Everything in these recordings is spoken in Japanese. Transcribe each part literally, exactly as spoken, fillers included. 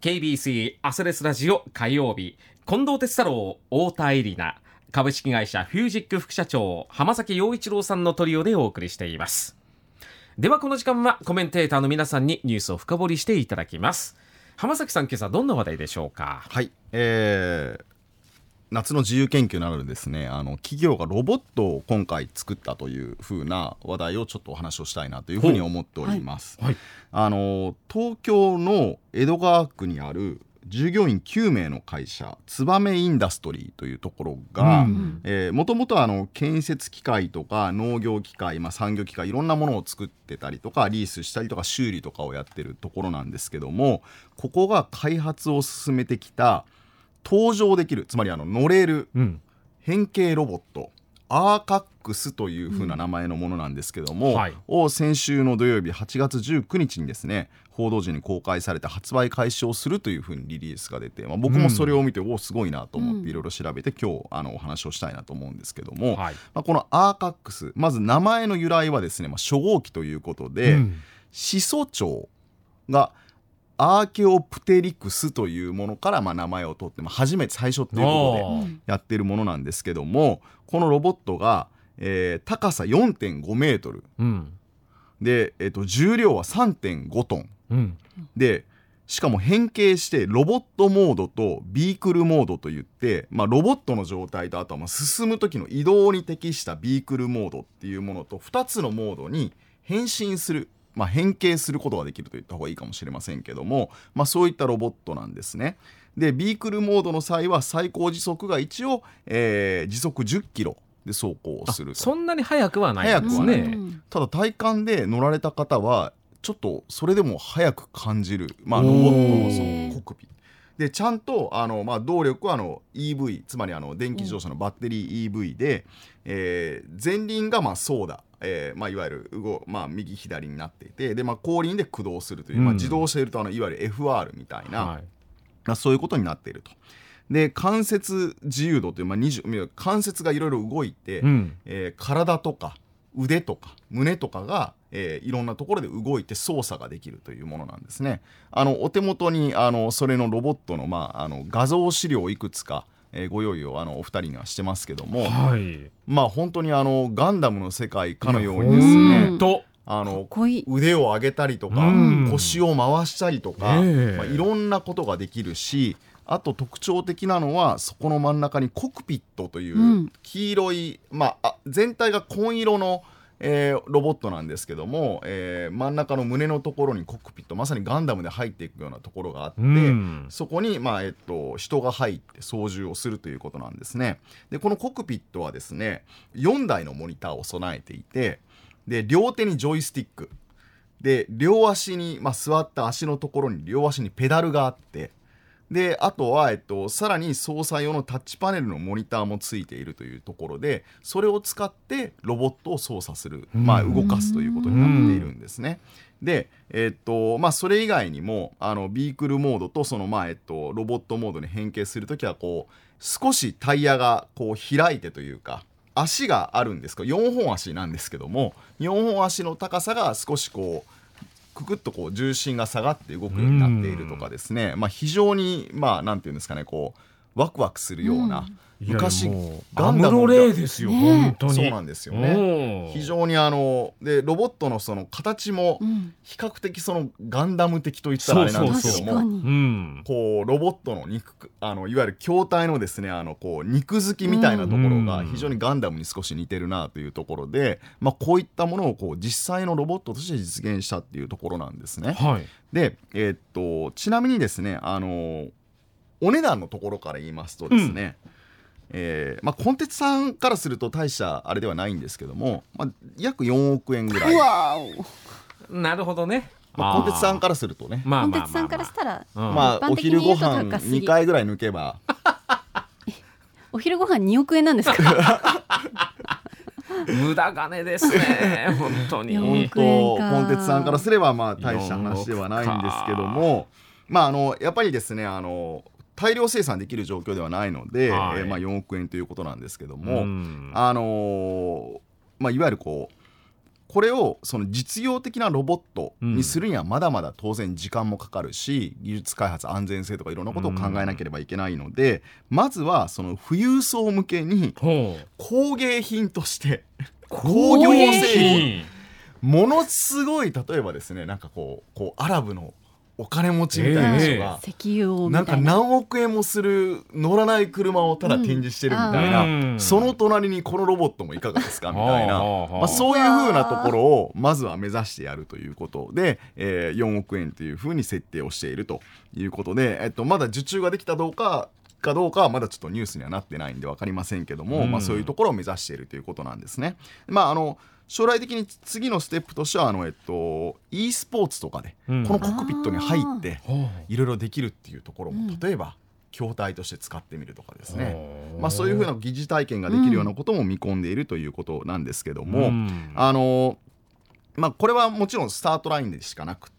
ケービーシー アスレスラジオ火曜日、近藤哲太郎、太田恵里奈、株式会社フュージック副社長浜崎陽一郎さんのトリオでお送りしています。ではこの時間はコメンテーターの皆さんにニュースを深掘りしていただきます。浜崎さん、今朝どんな話題でしょうか。 はい、えー、夏の自由研究などでですね、あの企業がロボットを今回作ったというふうな話題をちょっとお話をしたいなというふうに思っております、はいはい、あの東京の江戸川区にある従業員きゅうめいの会社ツバメインダストリーというところがもともと建設機械とか農業機械、まあ、産業機械いろんなものを作ってたりとかリースしたりとか修理とかをやってるところなんですけども、ここが開発を進めてきた搭乗できる、つまりあの乗れる変形ロボット、アーカックスという風な名前のものなんですけども、うんはい、を先週の土曜日はちがつじゅうくにちにですね報道陣に公開されて発売開始をするという風にリリースが出て、まあ、僕もそれを見て、うん、おすごいなと思っていろいろ調べて、今日あのお話をしたいなと思うんですけども、はい、まあ、このアーカックス、まず名前の由来はですね、まあ、初号機ということで、うん、始祖鳥がアーケオプテリクスというものからまあ名前を取って、まあ、初めて最初ということでやってるものなんですけども、このロボットが、えー、高さ よんてんごメートル、うん、で、えー、と重量は さんてんごトン、うん、でしかも変形してロボットモードとビークルモードといって、まあ、ロボットの状態とあとはまあ進む時の移動に適したビークルモードっていうものとふたつのモードに変身する、まあ、変形することができると言った方がいいかもしれませんけども、まあ、そういったロボットなんですね。でビークルモードの際は最高時速が一応、えー、時速じゅっキロで走行をすると。 そんなに速くはないんですね。 速くはない。ただ体感で乗られた方はちょっとそれでも速く感じる、まあ、ロボットのそのコックピットでちゃんとあの、まあ、動力はあの イーブイ、つまりあの電気自動車のバッテリー イーブイ で、えー、前輪がまあソーダ、えーまあ、いわゆる動、まあ、右左になっていて、で、まあ、後輪で駆動するという、うん、まあ、自動車でいうとあのいわゆる エフアール みたいな、はい、まあ、そういうことになっていると。で関節自由度という、まあ、にじゅう関節がいろいろ動いて、うん、えー、体とか腕とか胸とかが、えー、いろんなところで動いて操作ができるというものなんですね。あのお手元にあのそれのロボットの、まあ、あの画像資料をいくつか、えー、ご用意をあのお二人にはしてますけども、はい、まあ本当にあのガンダムの世界かのようにですね、あの腕を上げたりとか腰を回したりとか、まあ、いろんなことができるし、あと特徴的なのはそこの真ん中にコクピットという黄色い、うん、まあ、全体が紺色の、えー、ロボットなんですけども、えー、真ん中の胸のところにコクピット、まさにガンダムで入っていくようなところがあって、うん、そこに、まあえっと、人が入って操縦をするということなんですね。でこのコクピットはですねよんだいのモニターを備えていて、で両手にジョイスティックで両足に、まあ、座った足のところに両足にペダルがあって、であとは、えっと、さらに操作用のタッチパネルのモニターもついているというところで、それを使ってロボットを操作する、まあ、動かすということになっているんですね。で、えっとまあ、それ以外にもあのビークルモードとその、まあえっと、ロボットモードに変形するときはこう少しタイヤがこう開いてというか足があるんですけどよんほん足なんですけども、よんほん足の高さが少しこうくくっとこう重心が下がって動くようになっているとかですね、まあ、非常にまあなんていうんですかね、こうワクワクするような、うん、昔ガンダムレイですよ、ね、本当にそうなんですよね。非常にあのでロボットのその形も比較的そのガンダム的といったらあれなんですけども、こうロボットの肉あのいわゆる筐体のですねあのこう肉付きみたいなところが非常にガンダムに少し似てるなというところで、まあ、こういったものをこう実際のロボットとして実現したっていうところなんですね、はい、で、えー、っとちなみにですねあのお値段のところから言いますとですね、うんえーまあ、コンテツさんからすると大したあれではないんですけども、まあ、約よんおくえんぐらい。 わなるほどね、 まあ、コンテツさんからするとね、 まあまあまあまあ、コンテツさんからしたら、うんまあ、お昼ご飯にかいぐらい抜けばお昼ご飯におくえんなんですか無駄金ですね本当に本当コンテツさんからすればまあ大した話ではないんですけども、まあ、あのやっぱりですねあの大量生産できる状況ではないので、はいえーまあ、よんおくえんということなんですけども、うんあのーまあ、いわゆるこうこれをその実用的なロボットにするにはまだまだ当然時間もかかるし、技術開発安全性とかいろんなことを考えなければいけないので、まずはその富裕層向けに工芸品として工業製品、ものすごい例えばですね、なんかこうこうアラブのお金持ちみたいな人が、 えー、石油をみたないんか何億円もする乗らない車をただ展示してるみたいな、 うん、 その隣にこのロボットもいかがですかみたいな、まあ、そういう風なところをまずは目指してやるということで、えー、よんおくえんという風に設定をしているということで、えっと、まだ受注ができたどうかかどうかはまだちょっとニュースにはなってないんで分かりませんけども、うん、まあ、そういうところを目指しているということなんですね。まああの将来的に次のステップとしてはあの、えっと、e スポーツとかでこのコックピットに入っていろいろできるっていうところも、例えば筐体として使ってみるとかですね、まあ、そういうふうな疑似体験ができるようなことも見込んでいるということなんですけども、うん、あのまあ、これはもちろんスタートラインでしかなくって、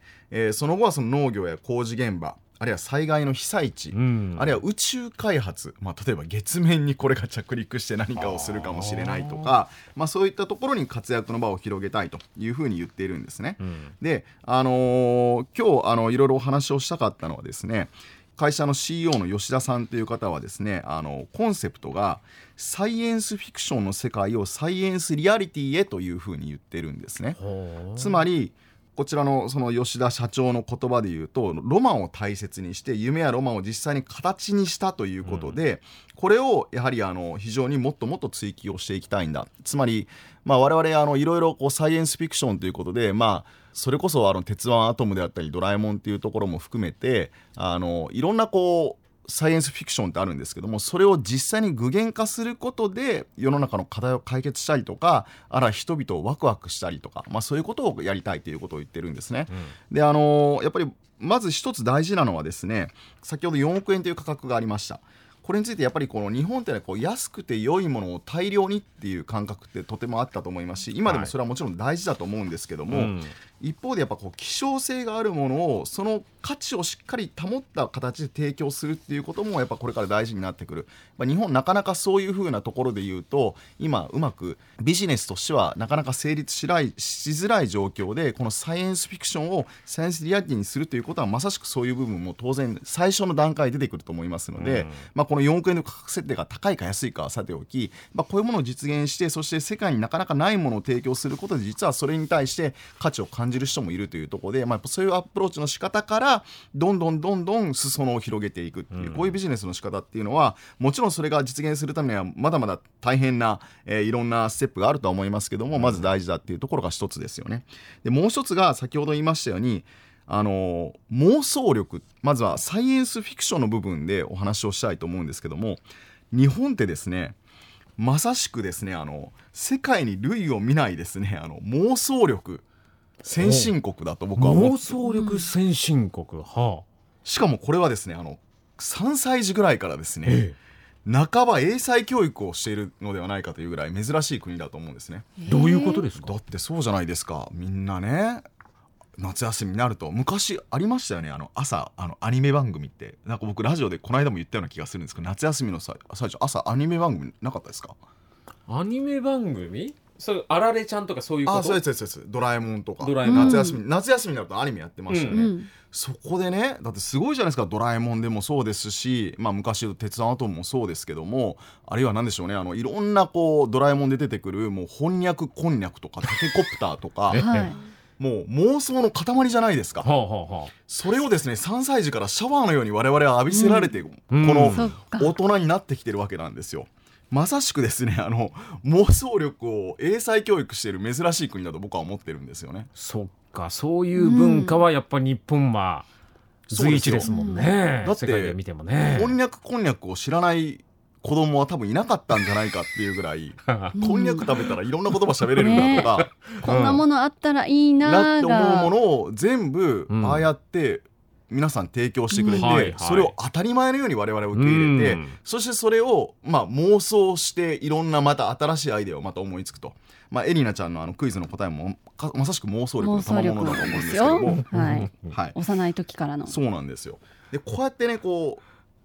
えー、その後はその農業や工事現場、あるいは災害の被災地、うん、あるいは宇宙開発、まあ、例えば月面にこれが着陸して何かをするかもしれないとか、まあ、そういったところに活躍の場を広げたいというふうに言っているんですね、うん、で、あのー、今日あのいろいろお話をしたかったのはですね、会社の シーイーオー の吉田さんという方はですね、あのコンセプトがサイエンスフィクションの世界をサイエンスリアリティへというふうに言ってるんですね。つまりこちらのその吉田社長の言葉で言うと、ロマンを大切にして夢やロマンを実際に形にしたということで、うん、これをやはりあの非常にもっともっと追求をしていきたいんだ。つまり、まあ、我々あのいろいろこうサイエンスフィクションということで、まあ、それこそあの鉄腕アトムであったりドラえもんっていうところも含めて、あのいろんなこうサイエンスフィクションってあるんですけども、それを実際に具現化することで世の中の課題を解決したりとか、あら人々をワクワクしたりとか、まあ、そういうことをやりたいということを言ってるんですね、うん、であのやっぱりまず一つ大事なのはですね、先ほどよんおくえんという価格がありました。これについてやっぱりこの日本って、ね、こう安くて良いものを大量にっていう感覚ってとてもあったと思いますし、今でもそれはもちろん大事だと思うんですけども、はい、うん、一方でやっぱこう希少性があるものをその価値をしっかり保った形で提供するっていうこともやっぱこれから大事になってくる。まあ、日本なかなかそういう風なところで言うと今うまくビジネスとしてはなかなか成立しないしづらい状況で、このサイエンスフィクションをサイエンスリアリティにするということはまさしくそういう部分も当然最初の段階で出てくると思いますので、うん、まあ、このよんおくえんの価格設定が高いか安いかはさておき、まあ、こういうものを実現して、そして世界になかなかないものを提供することで実はそれに対して価値を感じる人もいるというところで、まあ、そういうアプローチの仕方からどんどんどんどん裾野を広げていくっていう、うん、こういうビジネスの仕方っていうのはもちろんそれが実現するためにはまだまだ大変な、えー、いろんなステップがあるとは思いますけども、まず大事だっていうところが一つですよね。でもう一つが先ほど言いましたように、あの妄想力、まずはサイエンスフィクションの部分でお話をしたいと思うんですけども、日本ってですね、まさしくですね、あの世界に類を見ないですね、あの妄想力先進国だと僕は思って、 妄想力先進国、はあ、 しかもこれはですね、あのさんさい児ぐらいからですね、ええ、半ば英才教育をしているのではないかというぐらい珍しい国だと思うんですね。 どういうことですか？ だってそうじゃないですか。みんなね、夏休みになると昔ありましたよね、あの朝あのアニメ番組って。なんか僕ラジオでこの間も言ったような気がするんですけど、夏休みの最初朝アニメ番組なかったですか？ アニメ番組、それあられちゃんとかそういうこと？ あ、そうですそうです。ドラえもんとかドラえもん、 夏休み、夏休みになるとアニメやってましたよね、 うん、 そこでね、だってすごいじゃないですか。ドラえもんでもそうですし、まあ、昔の鉄腕アトムもそうですけども、あるいは何でしょうね、あのいろんなこうドラえもんで出てくるもう翻訳こんにゃくとかタケコプターとかはいもう妄想の塊じゃないですか、はあはあ、それをですねさんさい児からシャワーのように我々は浴びせられて、うん、この大人になってきてるわけなんですよ。まさしくですね、あの妄想力を英才教育している珍しい国だと僕は思ってるんですよね。 そっか、そういう文化はやっぱり日本は随一ですもんね、うん、 だって世界で見てもね、 こんにゃくこんにゃくを知らない子供は多分いなかったんじゃないかっていうぐらいこんにゃく食べたらいろんな言葉喋れるんだとか、ね、 こんなものあったらいいななって思うものを全部ああやって皆さん提供してくれて、うんはいはい、それを当たり前のように我々は受け入れて、うん、そしてそれを、まあ、妄想していろんなまた新しいアイデアをまた思いつくと、まあ、エリナちゃんのあのクイズの答えもまさしく妄想力の賜物だと思うんですけども、 はいはい、幼い時からのそうなんですよ。でこうやってねこう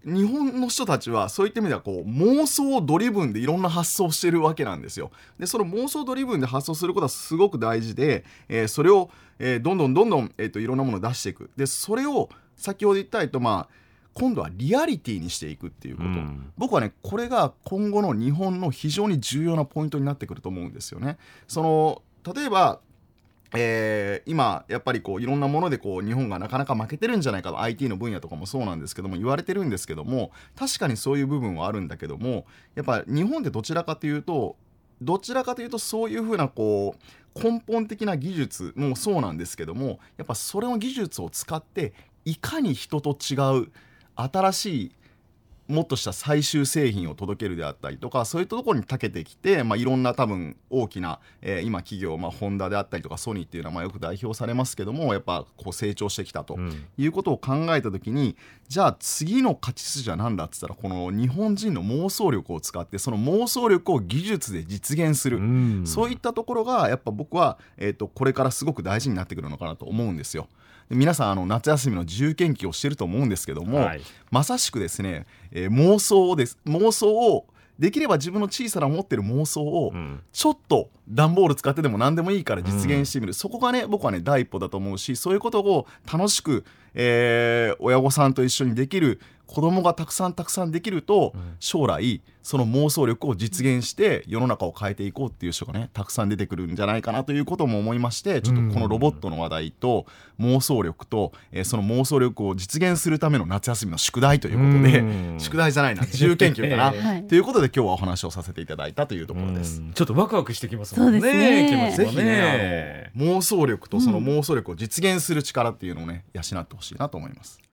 日本の人たちはそういった意味ではこう妄想ドリブンでいろんな発想をしてるわけなんですよ。でその妄想ドリブンで発想することはすごく大事で、えー、それを、えー、どんどんどんどん、えー、といろんなものを出していく。でそれを先ほど言ったと、まあ、今度はリアリティにしていくっていうこと、うん、僕はねこれが今後の日本の非常に重要なポイントになってくると思うんですよね。その例えばえー、今やっぱりこういろんなものでこう日本がなかなか負けてるんじゃないかと アイティー の分野とかもそうなんですけども言われてるんですけども、確かにそういう部分はあるんだけども、やっぱ日本ってどちらかというとどちらかというとそういうふうなこう根本的な技術もそうなんですけども、やっぱそれの技術を使っていかに人と違う新しいもっとした最終製品を届けるであったりとか、そういったところに長けてきて、まあ、いろんな多分大きな、えー、今企業、まあ、ホンダであったりとかソニーっていうのはまあよく代表されますけども、やっぱこう成長してきたということを考えた時に、うん、じゃあ次の勝ち筋は何だって言ったら、この日本人の妄想力を使ってその妄想力を技術で実現する、うん、そういったところがやっぱ僕は、えーと、これからすごく大事になってくるのかなと思うんですよ。皆さんあの夏休みの自由研究をしていると思うんですけども、はい、まさしくですね、えー、妄想をです妄想をできれば自分の小さな持ってる妄想をちょっと段ボール使ってでも何でもいいから実現してみる、うん、そこがね僕はね第一歩だと思うし、そういうことを楽しく、えー、親御さんと一緒にできる子供がたくさんたくさんできると、うん、将来その妄想力を実現して世の中を変えていこうっていう人がねたくさん出てくるんじゃないかなということも思いまして、ちょっとこのロボットの話題と妄想力と、えー、その妄想力を実現するための夏休みの宿題ということで、宿題じゃないな自由研究かな、はい、ということで今日はお話をさせていただいたというところです。 ちょっとワクワクしてきますもんね。 そうですね、 気持ちもね。 ぜひね妄想力とその妄想力を実現する力っていうのをね養ってほしいなと思います。